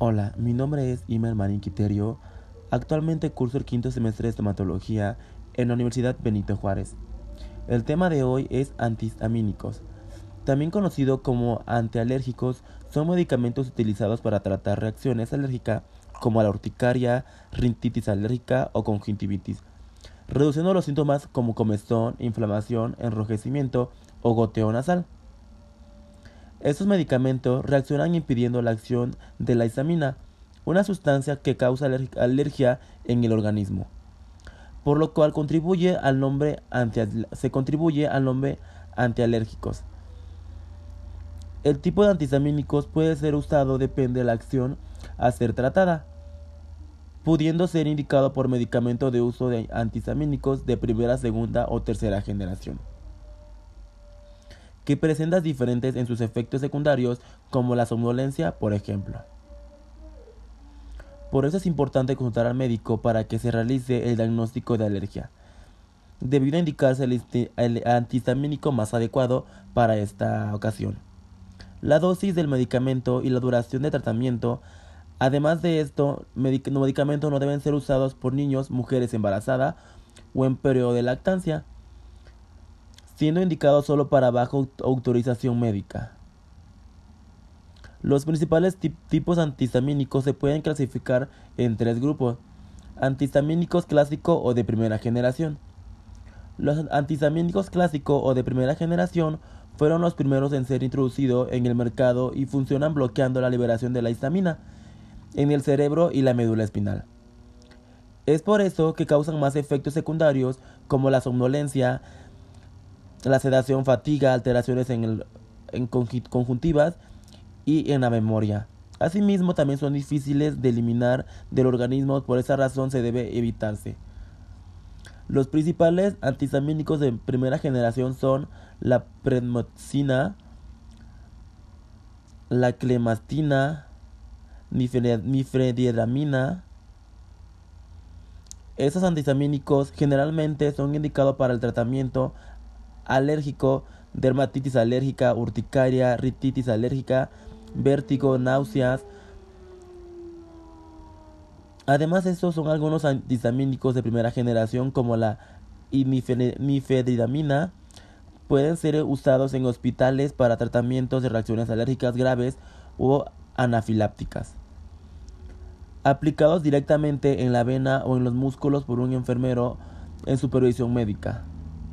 Hola, mi nombre es Imer Marín Quiterio. Actualmente curso el quinto semestre de estomatología en la Universidad Benito Juárez. El tema de hoy es antihistamínicos. También conocido como antialérgicos, son medicamentos utilizados para tratar reacciones alérgicas como la urticaria, rinitis alérgica o conjuntivitis, reduciendo los síntomas como comezón, inflamación, enrojecimiento o goteo nasal. Estos medicamentos reaccionan impidiendo la acción de la histamina, una sustancia que causa alergia en el organismo, por lo cual se contribuye al nombre antialérgicos. El tipo de antihistamínicos puede ser usado depende de la acción a ser tratada, pudiendo ser indicado por medicamento de uso de antihistamínicos de primera, segunda o tercera generación, que presentan diferentes en sus efectos secundarios, como la somnolencia, por ejemplo. Por eso es importante consultar al médico para que se realice el diagnóstico de alergia, debido a indicarse el antihistamínico más adecuado para esta ocasión. La dosis del medicamento y la duración de tratamiento. Además de esto, los medicamentos no deben ser usados por niños, mujeres embarazadas o en periodo de lactancia, siendo indicados solo para bajo autorización médica. Los principales tipos antihistamínicos se pueden clasificar en tres grupos: antihistamínicos clásico o de primera generación. Los antihistamínicos clásico o de primera generación fueron los primeros en ser introducidos en el mercado y funcionan bloqueando la liberación de la histamina en el cerebro y la médula espinal. Es por eso que causan más efectos secundarios como la somnolencia, la sedación, fatiga, alteraciones en conjuntivas y en la memoria. Asimismo, también son difíciles de eliminar del organismo, por esa razón se debe evitarse. Los principales antihistamínicos de primera generación son la prednisona, la clemastina, nifedipamina. Estos antihistamínicos generalmente son indicados para el tratamiento alérgico, dermatitis alérgica, urticaria, rinitis alérgica, vértigo, náuseas. Además, estos son algunos antihistamínicos de primera generación, como la nifedipamina. Pueden ser usados en hospitales para tratamientos de reacciones alérgicas graves o anafilácticas, aplicados directamente en la vena o en los músculos por un enfermero en supervisión médica.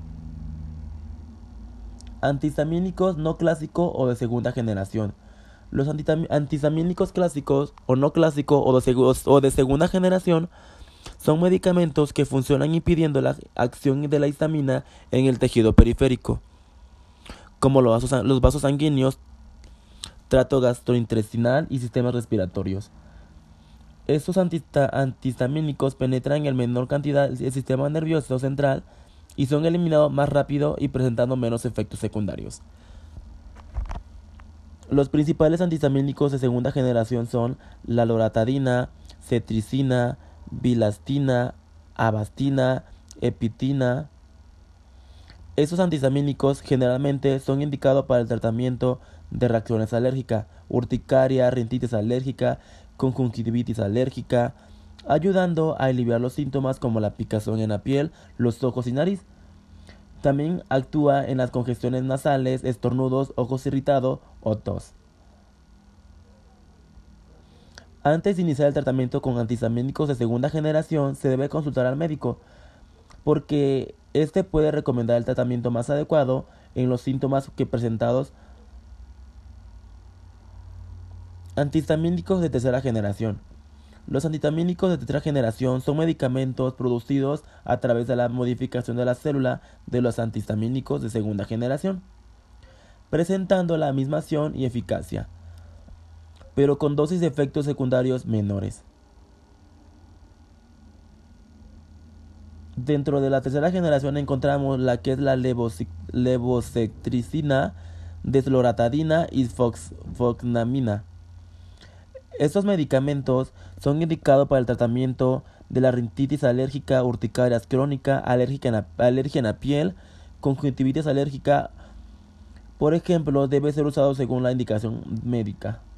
Antihistamínicos no clásicos o de segunda generación. Los antihistamínicos clásicos o no clásicos o de segunda generación son medicamentos que funcionan impidiendo la acción de la histamina en el tejido periférico, como los vasos sanguíneos, tracto gastrointestinal y sistemas respiratorios. Estos antihistamínicos penetran en menor cantidad el sistema nervioso central y son eliminados más rápido y presentando menos efectos secundarios. Los principales antihistamínicos de segunda generación son la loratadina, cetricina, bilastina, avastina, epitina. Estos antihistamínicos generalmente son indicados para el tratamiento de reacciones alérgicas, urticaria, rinitis alérgica, conjuntivitis alérgica, ayudando a aliviar los síntomas como la picazón en la piel, los ojos y nariz. También actúa en las congestiones nasales, estornudos, ojos irritados o tos. Antes de iniciar el tratamiento con antihistamínicos de segunda generación, se debe consultar al médico, porque este puede recomendar el tratamiento más adecuado en los síntomas que presentados. Antihistamínicos de tercera generación. Los antihistamínicos de tercera generación son medicamentos producidos a través de la modificación de la célula de los antihistamínicos de segunda generación, presentando la misma acción y eficacia, pero con dosis de efectos secundarios menores. Dentro de la tercera generación encontramos la que es la levocetirizina, desloratadina y fosfenamina. Estos medicamentos son indicados para el tratamiento de la rinitis alérgica, urticaria crónica, alergia en la piel, conjuntivitis alérgica. Por ejemplo, debe ser usado según la indicación médica.